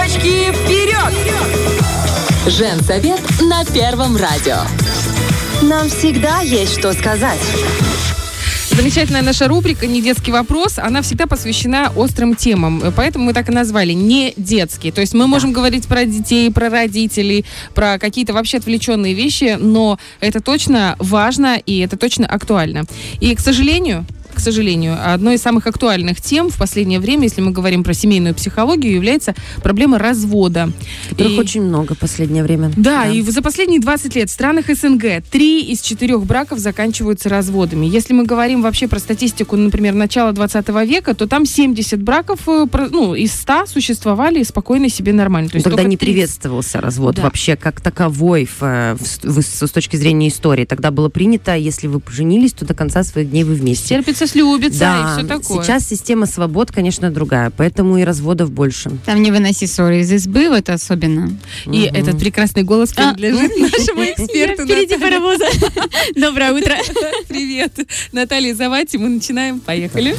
Девочки, вперед! Женсовет на Первом радио. Нам всегда есть что сказать. Замечательная наша рубрика «Не детский вопрос», она всегда посвящена острым темам, поэтому мы так и назвали «Не детские». То есть мы можем говорить про детей, про родителей, про какие-то вообще отвлеченные вещи, но это точно важно и это точно актуально. И, к сожалению, одной из самых актуальных тем в последнее время, если мы говорим про семейную психологию, является проблема развода. Которых очень много в последнее время. Да, и за последние 20 лет в странах СНГ 3 из 4 браков заканчиваются разводами. Если мы говорим вообще про статистику, например, начала 20 века, то там 70 браков, из 100 существовали спокойно себе нормально. То есть тогда не 30... приветствовался развод вообще как таковой с точки зрения истории. Тогда было принято, если вы поженились, то до конца своих дней вы вместе. Терпится, слюбится, да, и все такое. Сейчас система свобод, конечно, другая, поэтому и разводов больше. Там не выноси ссоры из избы, вот особенно. И этот прекрасный голос принадлежит нашему эксперту. Впереди паровоза. Доброе утро. Привет. Наталья Завати, мы начинаем. Поехали.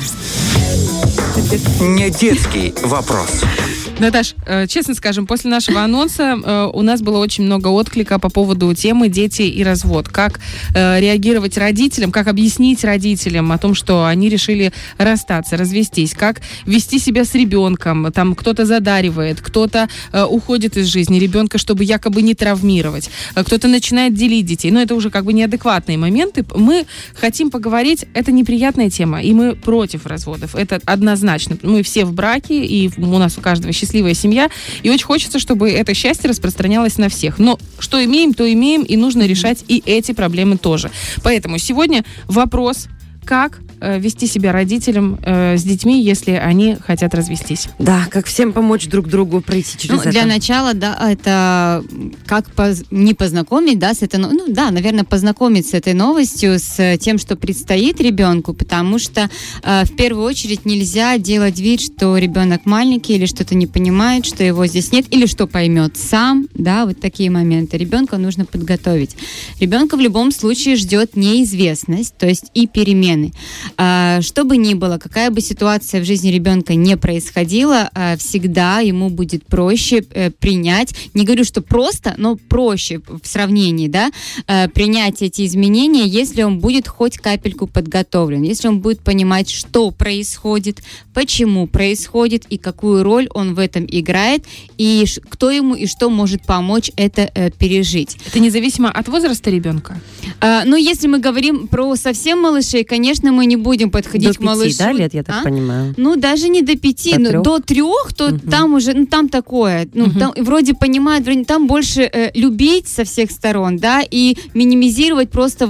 Не детский вопрос. Наташ, честно скажем, после нашего анонса у нас было очень много отклика по поводу темы «Дети и развод». Как реагировать родителям, как объяснить родителям о том, что они решили расстаться, развестись, как вести себя с ребенком. Там кто-то задаривает, кто-то уходит из жизни ребенка, чтобы якобы не травмировать. Кто-то начинает делить детей. Но это уже как бы неадекватные моменты. Мы хотим поговорить, это неприятная тема, и мы против разводов. Это однозначно. Мы все в браке, и у нас у каждого счастливая семья, и очень хочется, чтобы это счастье распространялось на всех. Но что имеем, то имеем, и нужно решать и эти проблемы тоже. Поэтому сегодня вопрос, как вести себя родителям с детьми, если они хотят развестись. Да, как всем помочь друг другу пройти через это. Для начала, да, это как не познакомить, да, с этой, наверное, познакомить с этой новостью, с тем, что предстоит ребенку, потому что в первую очередь нельзя делать вид, что ребенок маленький или что-то не понимает, что его здесь нет, или что поймет сам, да, вот такие моменты. Ребенка нужно подготовить. Ребенка в любом случае ждет неизвестность, то есть и перемены. Что бы ни было, какая бы ситуация в жизни ребенка не происходила, всегда ему будет проще принять, не говорю, что просто, но проще в сравнении, да, принять эти изменения, если он будет хоть капельку подготовлен, если он будет понимать, что происходит, почему происходит и какую роль он в этом играет, и кто ему и что может помочь это пережить. Это независимо от возраста ребенка? Если мы говорим про совсем малышей, конечно, мы не будем подходить к малышу. До 5 лет, я так понимаю. Даже не до 5, но до 3, то там уже, там такое. Там вроде понимают, там больше любить со всех сторон, да, и минимизировать просто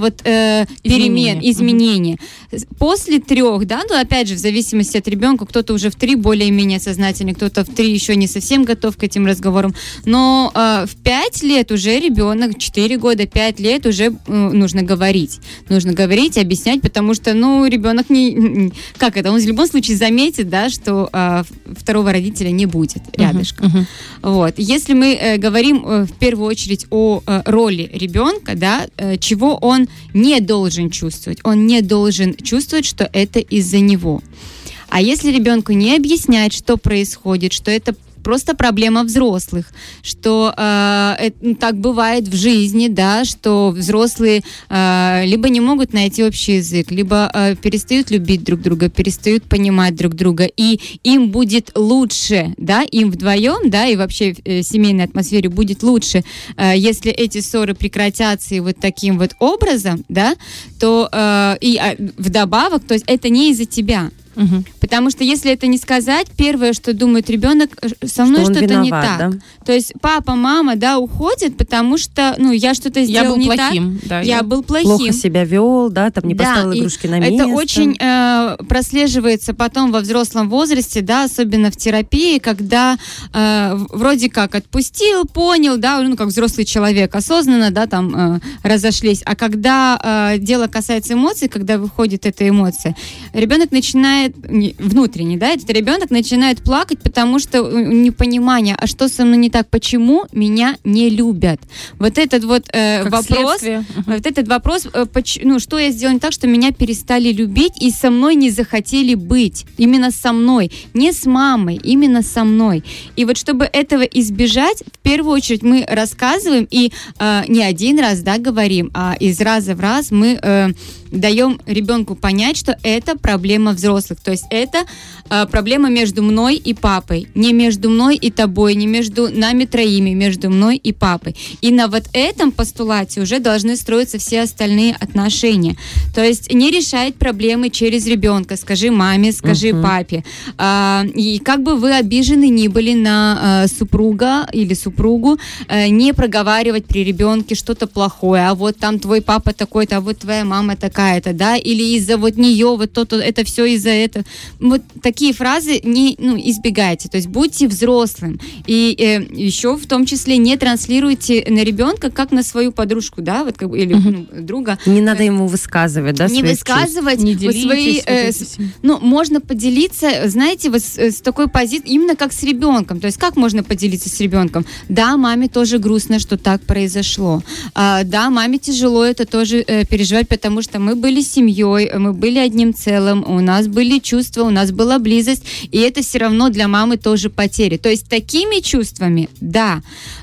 изменения. После 3, да, опять же, в зависимости от ребенка, кто-то уже в 3 более-менее сознательный, кто-то в 3 еще не совсем готов к этим разговорам, но в 5 лет уже ребенок, 4 года, 5 лет уже нужно говорить, объяснять, потому что, ребенок он в любом случае заметит, да, что второго родителя не будет рядышком. Вот. Если мы говорим в первую очередь о роли ребенка, да, чего он не должен чувствовать. Он не должен чувствовать, что это из-за него. А если ребенку не объяснять, что происходит, что это просто проблема взрослых, что так бывает в жизни, да, что взрослые либо не могут найти общий язык, либо перестают любить друг друга, перестают понимать друг друга, и им будет лучше, да, им вдвоем, да, и вообще в семейной атмосфере будет лучше, если эти ссоры прекратятся и вот таким вот образом, да, то вдобавок, то есть это не из-за тебя. Потому что если это не сказать, первое, что думает ребенок, со мной что-то виноват, не так. Да? То есть папа, мама, да, уходят, потому что, я что-то сделал не плохим, так. Да, я был плохим. Плохо себя вел, да, там не поставил игрушки на место. Это очень прослеживается потом во взрослом возрасте, да, особенно в терапии, когда вроде как отпустил, понял, да, как взрослый человек, осознанно, да, там разошлись. А когда дело касается эмоций, когда выходит эта эмоция, ребенок начинает внутренне, да, этот ребенок начинает плакать, потому что непонимание, а что со мной не так, почему меня не любят? Вот этот вот вопрос, что я сделала не так, что меня перестали любить и со мной не захотели быть, именно со мной, не с мамой, именно со мной. И вот чтобы этого избежать, в первую очередь мы рассказываем и не один раз, да, говорим, а из раза в раз мы даем ребенку понять, что это проблема взрослых. То есть это проблема между мной и папой. Не между мной и тобой, не между нами троими, между мной и папой. И на вот этом постулате уже должны строиться все остальные отношения. То есть не решать проблемы через ребенка. Скажи маме, скажи папе. И как бы вы обижены ни были на супруга или супругу, не проговаривать при ребенке что-то плохое. А вот там твой папа такой-то, а вот твоя мама такая-то, да, или из-за вот нее, вот то-то, это все из-за этого. Вот такие фразы избегайте, то есть будьте взрослым. И еще в том числе не транслируйте на ребенка как на свою подружку, да, вот, или друга. Не надо ему высказывать, да, не высказывать, чувств. Не делитесь, можно поделиться, знаете, вот с такой позиции, именно как с ребенком. То есть как можно поделиться с ребенком? Да, маме тоже грустно, что так произошло. Да, маме тяжело это тоже переживать, потому что мы были семьей, мы были одним целым, у нас были чувства, у нас была близость, и это все равно для мамы тоже потери. То есть такими чувствами, да,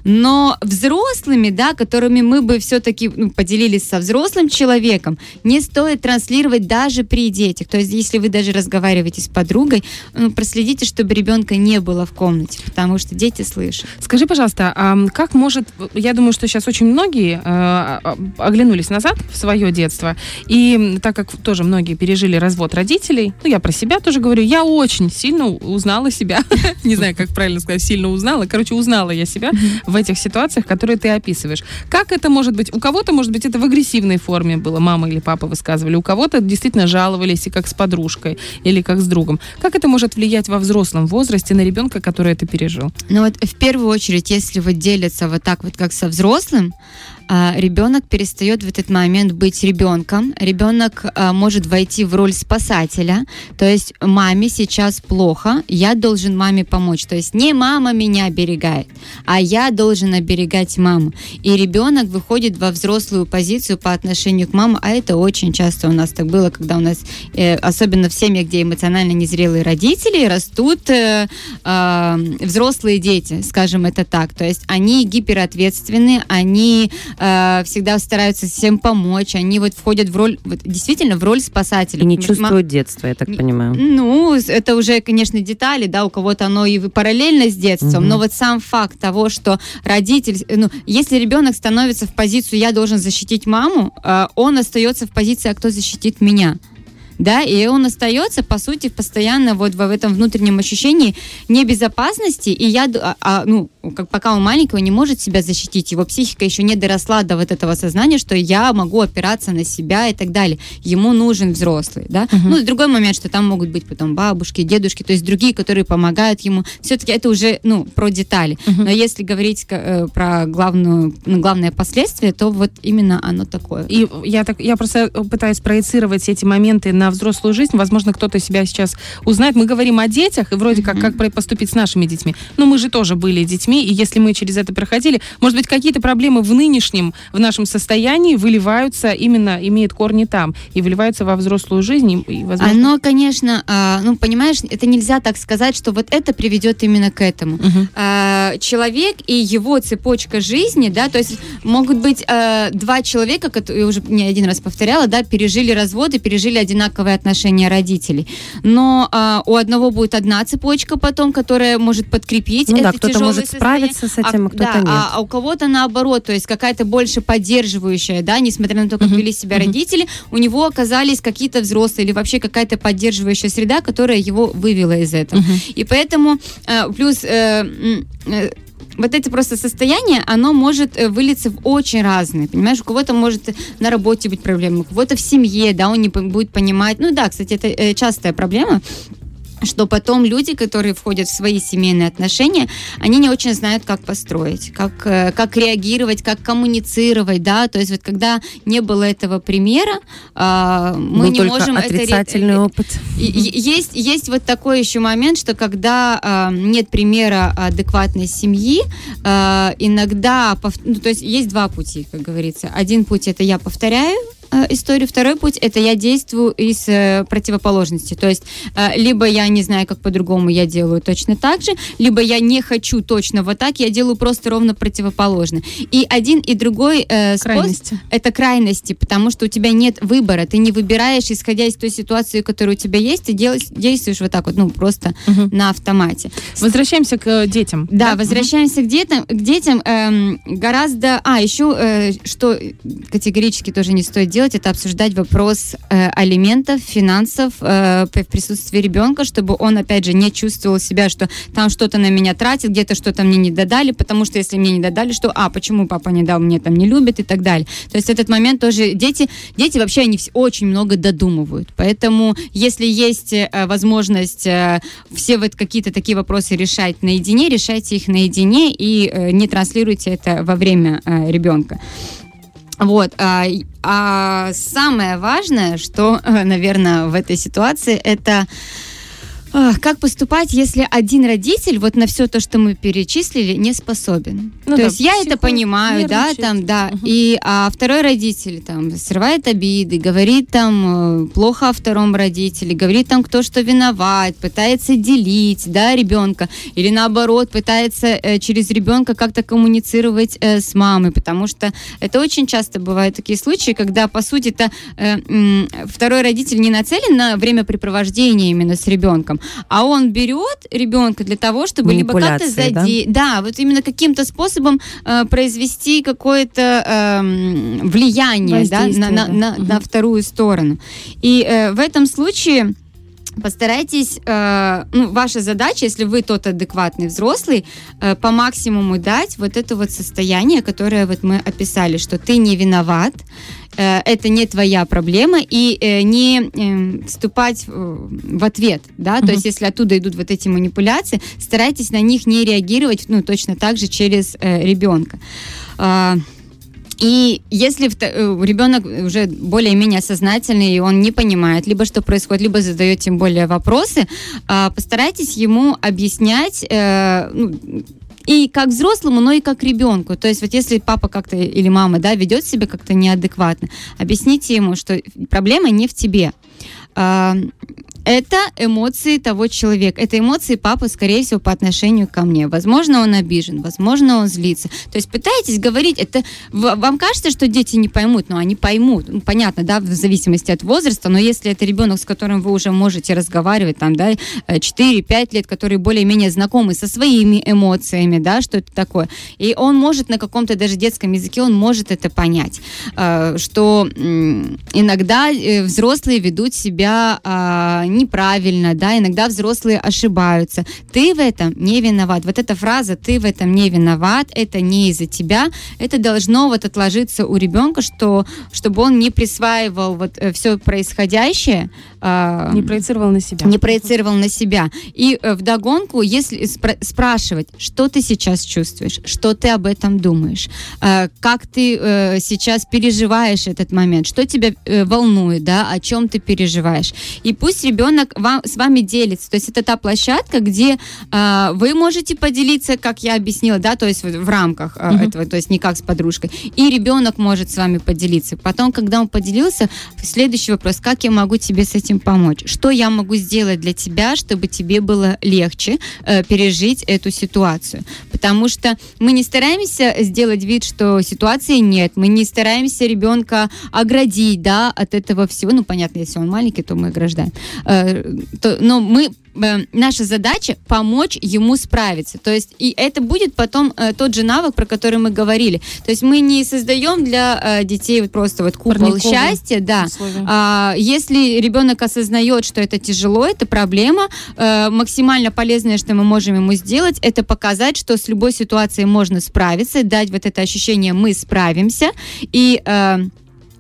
но взрослыми, да, которыми мы бы все-таки поделились со взрослым человеком, не стоит транслировать даже при детях. То есть если вы даже разговариваете с подругой, проследите, чтобы ребенка не было в комнате, потому что дети слышат. Скажи, пожалуйста, а как может, я думаю, что сейчас очень многие оглянулись назад в свое детство, и так как тоже многие пережили развод родителей, я про себя тоже говорю, я очень сильно узнала себя, не знаю, как правильно сказать, сильно узнала, узнала я себя в этих ситуациях, которые ты описываешь. Как это может быть? У кого-то, может быть, это в агрессивной форме было, мама или папа высказывали, у кого-то действительно жаловались, и как с подружкой, или как с другом. Как это может влиять во взрослом возрасте на ребенка, который это пережил? Ну вот в первую очередь, если вот делятся вот так вот, как со взрослым, ребенок перестает в этот момент быть ребенком. Ребенок может войти в роль спасателя. То есть маме сейчас плохо, я должен маме помочь. То есть не мама меня оберегает, а я должен оберегать маму. И ребенок выходит во взрослую позицию по отношению к маме, а это очень часто у нас так было, когда у нас, особенно в семьях, где эмоционально незрелые родители, растут взрослые дети, скажем это так. То есть они гиперответственны, они всегда стараются всем помочь, они вот входят в роль, вот, действительно, в роль спасателя. И не чувствуют детства, я так понимаю. Ну, это уже, конечно, детали, да, у кого-то оно и параллельно с детством, но вот сам факт того, что родитель, если ребенок становится в позицию «я должен защитить маму», он остается в позиции «а кто защитит меня?». Да, и он остается, по сути, постоянно вот в этом внутреннем ощущении небезопасности, и пока он маленький, он не может себя защитить, его психика еще не доросла до вот этого сознания, что я могу опираться на себя и так далее. Ему нужен взрослый, да. Другой момент, что там могут быть потом бабушки, дедушки, то есть другие, которые помогают ему. Все-таки это уже, про детали. Но если говорить про главное последствие, то вот именно оно такое. И я просто пытаюсь проецировать эти моменты на взрослую жизнь. Возможно, кто-то себя сейчас узнает. Мы говорим о детях, и вроде как поступить с нашими детьми. Но мы же тоже были детьми, и если мы через это проходили, может быть, какие-то проблемы в нашем состоянии выливаются, именно имеют корни там, и выливаются во взрослую жизнь. И, возможно... Оно, конечно, понимаешь, это нельзя так сказать, что вот это приведет именно к этому. Человек и его цепочка жизни, да, то есть могут быть два человека, которые, я уже не один раз повторяла, да, пережили развод и пережили одинаковые отношения родителей. Но у одного будет одна цепочка потом, которая может подкрепить это кто-то тяжелое может справиться с этим, а кто-то нет. А у кого-то наоборот, то есть какая-то больше поддерживающая, да, несмотря на то, как вели себя родители, у него оказались какие-то взрослые или вообще какая-то поддерживающая среда, которая его вывела из этого. И поэтому плюс вот это просто состояние, оно может вылиться в очень разные, понимаешь, у кого-то может на работе быть проблема, у кого-то в семье, да, он не будет понимать, кстати, это частая проблема. что потом люди, которые входят в свои семейные отношения, они не очень знают, как построить, как реагировать, как коммуницировать, да, то есть вот когда не было этого примера, мы не можем... отрицательный опыт. Есть вот такой еще момент, что когда нет примера адекватной семьи, иногда, то есть есть два пути, как говорится. Один путь — это я повторяю историю, второй путь — это я действую из противоположности. То есть либо я не знаю, как по-другому, я делаю точно так же, либо я не хочу точно вот так, я делаю просто ровно противоположно. И один и другой способ — это крайности, потому что у тебя нет выбора, ты не выбираешь, исходя из той ситуации, которая у тебя есть, ты действуешь вот так вот, ну, просто на автомате. Возвращаемся к детям. Да, возвращаемся к детям. Гораздо... еще, что категорически тоже не стоит делать, это обсуждать вопрос алиментов, финансов в присутствии ребенка, чтобы он, опять же, не чувствовал себя, что там что-то на меня тратит, где-то что-то мне не додали, потому что если мне не додали, что, почему папа не дал, мне там не любит и так далее. То есть этот момент тоже... Дети вообще, они очень много додумывают. Поэтому, если есть возможность все вот какие-то такие вопросы решать наедине, решайте их наедине и не транслируйте это во время ребенка. Вот. А самое важное, что, наверное, в этой ситуации, это как поступать, если один родитель вот на все то, что мы перечислили, не способен. То есть я это понимаю, а второй родитель там срывает обиды, говорит там плохо о втором родителе, говорит там, кто что виноват, пытается делить, да, ребенка, или наоборот, пытается через ребенка как-то коммуницировать с мамой, потому что это очень часто бывают такие случаи, когда, по сути-то, второй родитель не нацелен на времяпрепровождение именно с ребенком, а он берет ребенка для того, чтобы либо как-то вот именно каким-то способом произвести какое-то влияние, на вторую сторону. И в этом случае постарайтесь, ваша задача, если вы тот адекватный взрослый, по максимуму дать вот это вот состояние, которое вот мы описали, что ты не виноват, это не твоя проблема, и не вступать в ответ, да, то есть если оттуда идут вот эти манипуляции, старайтесь на них не реагировать, точно так же через ребенка. И если ребенок уже более-менее сознательный, и он не понимает, либо что происходит, либо задает тем более вопросы, постарайтесь ему объяснять, и как взрослому, но и как ребенку. То есть вот если папа как-то или мама, да, ведет себя как-то неадекватно, объясните ему, что проблема не в тебе. Это эмоции того человека. Это эмоции папы, скорее всего, по отношению ко мне. Возможно, он обижен, возможно, он злится. То есть пытайтесь говорить. Это вам кажется, что дети не поймут, но они поймут. Понятно, да, в зависимости от возраста, но если это ребенок, с которым вы уже можете разговаривать, там, да, 4-5 лет, которые более-менее знакомы со своими эмоциями, да, что это такое, и он может на каком-то даже детском языке, он может это понять, что иногда взрослые ведут себя неправильно, да, иногда взрослые ошибаются. Ты в этом не виноват. Вот эта фраза «ты в этом не виноват», это не из-за тебя, это должно вот отложиться у ребенка, чтобы он не присваивал вот все происходящее. Не проецировал на себя. Не проецировал на себя. И вдогонку, если спрашивать, что ты сейчас чувствуешь, что ты об этом думаешь, как ты сейчас переживаешь этот момент, что тебя волнует, да, о чем ты переживаешь. И пусть ребенок с вами делится. То есть это та площадка, где вы можете поделиться, как я объяснила, да, то есть в рамках этого, то есть не как с подружкой. И ребенок может с вами поделиться. Потом, когда он поделился, следующий вопрос: как я могу тебе с этим помочь? Что я могу сделать для тебя, чтобы тебе было легче пережить эту ситуацию? Потому что мы не стараемся сделать вид, что ситуации нет. Мы не стараемся ребенка оградить, да, от этого всего. Ну, понятно, если он маленький, то мы ограждаем. Но наша задача — помочь ему справиться. То есть, и это будет потом тот же навык, про который мы говорили. То есть мы не создаем для детей вот просто вот купол счастья, да. Если ребенок осознает, что это тяжело, это проблема, максимально полезное, что мы можем ему сделать, это показать, что с любой ситуацией можно справиться, дать вот это ощущение «мы справимся», и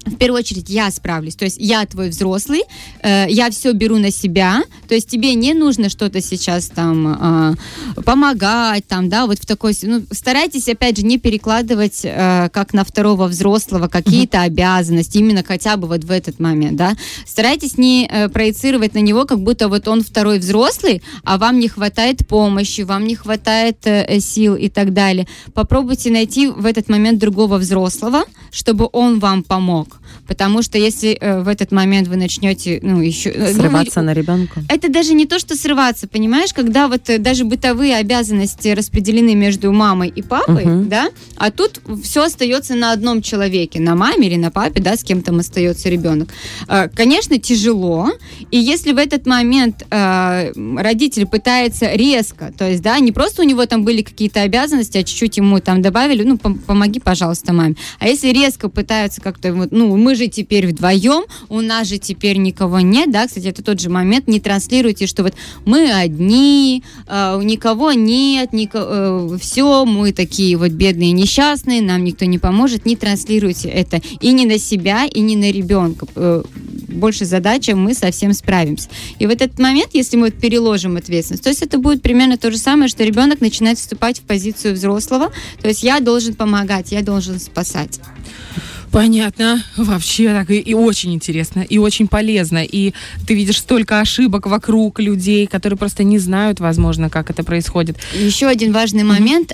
в первую очередь я справлюсь, то есть я твой взрослый, я все беру на себя, то есть тебе не нужно что-то сейчас там помогать, там, да, вот в такой... Ну, старайтесь, опять же, не перекладывать как на второго взрослого какие-то обязанности, именно хотя бы вот в этот момент, да. Старайтесь не проецировать на него, как будто вот он второй взрослый, а вам не хватает помощи, вам не хватает сил и так далее. Попробуйте найти в этот момент другого взрослого, чтобы он вам помог. Потому что если в этот момент вы начнете, ну, еще... Срываться на ребенка. Это даже не то, что срываться, понимаешь, когда вот даже бытовые обязанности распределены между мамой и папой, да, а тут все остается на одном человеке, на маме или на папе, да, с кем там остается ребенок. Конечно, тяжело, и если в этот момент родитель пытается резко, то есть, да, не просто у него там были какие-то обязанности, а чуть-чуть ему там добавили, ну, помоги, пожалуйста, маме. А если резко пытаются как-то, вот, ну, мы же теперь вдвоем, у нас же теперь никого нет, да, кстати, это тот же момент, не транслируйте, что вот мы одни, никого нет, все, мы такие вот бедные, несчастные, нам никто не поможет, не транслируйте это и не на себя, и не на ребенка. Больше задача, мы совсем справимся. И в этот момент, если мы вот переложим ответственность, то есть это будет примерно то же самое, что ребенок начинает вступать в позицию взрослого, то есть я должен помогать, я должен спасать. Понятно. Вообще так и очень интересно, и очень полезно. И ты видишь столько ошибок вокруг людей, которые просто не знают, возможно, как это происходит. Еще один важный момент.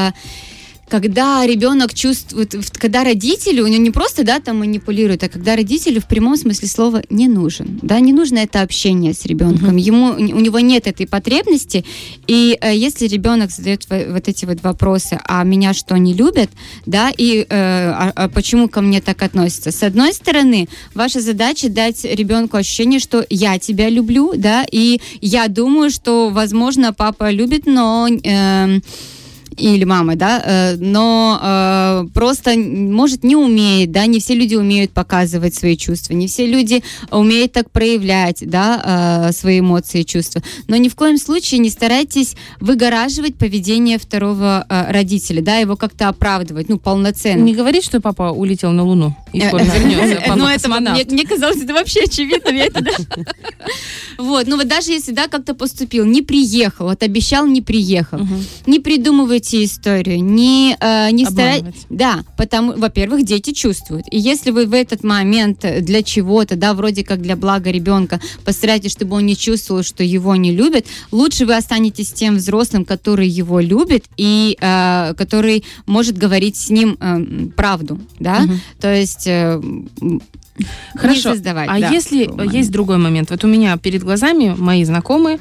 Когда ребенок чувствует, когда родители, у него не просто, да, там манипулируют, а когда родители в прямом смысле слова не нужен, да, не нужно это общение с ребенком, у него нет этой потребности, и если ребенок задает вот эти вот вопросы, а меня что, не любят, да, и почему ко мне так относятся? С одной стороны, ваша задача дать ребенку ощущение, что я тебя люблю, да, и я думаю, что, возможно, папа любит, но... или мама, да, но просто, может, не умеет, да, не все люди умеют показывать свои чувства, не все люди умеют так проявлять, да, свои эмоции и чувства, но ни в коем случае не старайтесь выгораживать поведение второго родителя, да, его как-то оправдывать, ну, полноценно. Не говорить, что папа улетел на Луну и скоро вернется, папа космонавт. Мне казалось, это вообще очевидно, вот, ну вот даже если, да, как-то поступил, не приехал, вот обещал, не приехал, не придумывайте историю, не старайтесь, да, потому, во-первых, дети чувствуют, и если вы в этот момент для чего-то, да, вроде как для блага ребенка, постарайтесь, чтобы он не чувствовал, что его не любят, лучше вы останетесь тем взрослым, который его любит и который может говорить с ним правду, да, то есть... Хорошо, если есть другой момент. Вот у меня перед глазами мои знакомые,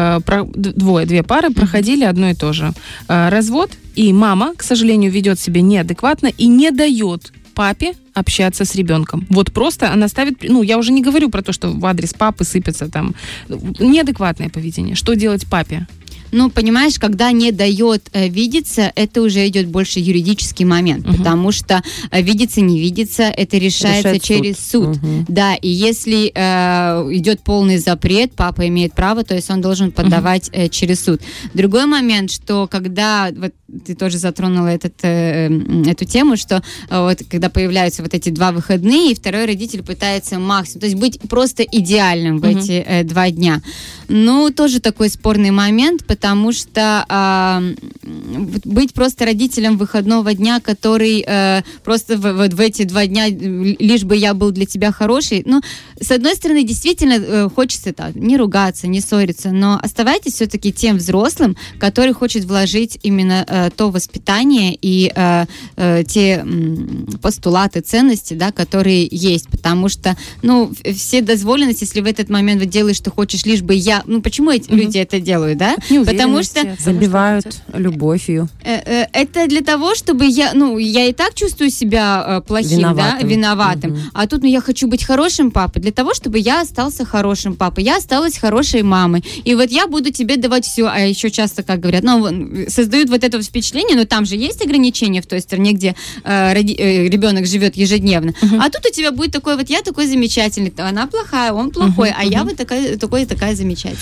две пары проходили одно и то же. Развод, и мама, к сожалению, ведет себя неадекватно и не дает папе общаться с ребенком. Вот просто она ставит... Ну, я уже не говорю про то, что в адрес папы сыпется там... Неадекватное поведение. Что делать папе? Ну, понимаешь, когда не дает видеться, это уже идет больше юридический момент, потому что видеться, не видеться, это решается через суд. Да, и если идет полный запрет, папа имеет право, то есть он должен подавать через суд. Другой момент, что когда, вот ты тоже затронула эту тему, что вот когда появляются вот эти 2 выходные, и второй родитель пытается максимум, то есть быть просто идеальным в эти 2 дня. Ну, тоже такой спорный момент, потому что быть просто родителем выходного дня, который просто в эти 2 дня, лишь бы я был для тебя хороший, ну, с одной стороны, действительно хочется так, не ругаться, не ссориться, но оставайтесь все-таки тем взрослым, который хочет вложить именно то воспитание и те постулаты, ценности, да, которые есть, потому что, ну, все дозволенности, если в этот момент вот делаешь, что хочешь, лишь бы я, ну, почему эти люди это делают, да? Потому что... Забивают любовью. Это для того, чтобы я и так чувствую себя плохим, виноватым. Да, виноватым, а тут, я хочу быть хорошим папой, для того, чтобы я остался хорошим папой, я осталась хорошей мамой, и вот я буду тебе давать все, а еще часто, как говорят, создают вот это впечатление, но там же есть ограничения в той стране, где ребенок живет ежедневно, а тут у тебя будет такой вот, я такой замечательный, она плохая, он плохой, а я вот такая замечательная.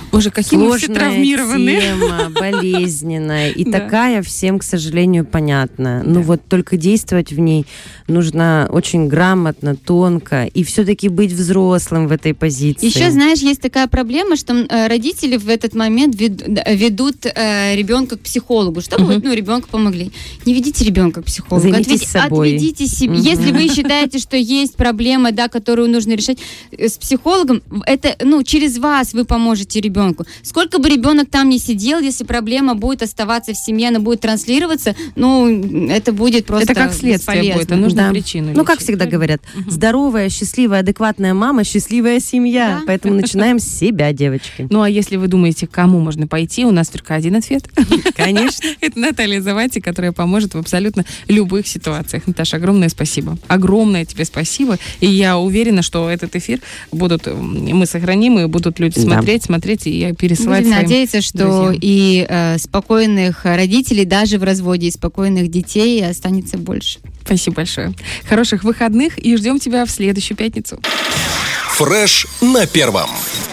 Боже, какие мы все Сложная травмированные. тема, болезненная и Да. такая всем, к сожалению, понятная. Ну вот только действовать в ней нужно очень грамотно, тонко и все-таки быть взрослым в этой позиции. Еще, знаешь, есть такая проблема, что родители в этот момент ведут ребенка к психологу, чтобы вот, ребенку помогли. Не ведите ребенка к психологу. Займитесь собой. Отведите себе. Если вы считаете, что есть проблема, да, которую нужно решать с психологом, это, через вас вы поможете ребенку. Сколько бы ребенок там ни сидел, если проблема будет оставаться в семье, она будет транслироваться, это будет просто Это как следствие бесполезно. будет, а нужно Да. причину Ну, как лечить. всегда говорят, здоровая, счастливая, адекватная мама, счастливая семья. Да. Поэтому начинаем с себя, девочки. Ну, а если вы думаете, к кому можно пойти, у нас только один ответ. Конечно. Это Наталья Завати, которая поможет в абсолютно любых ситуациях. Наташа, огромное спасибо. Огромное тебе спасибо. И я уверена, что этот эфир мы сохраним, и будут люди Да. смотреть и пересылать Будем своим надеяться, что друзьям. и спокойных родителей даже в разводе, и спокойных детей останется больше. Спасибо большое. Хороших выходных и ждем тебя в следующую пятницу. Фреш на первом.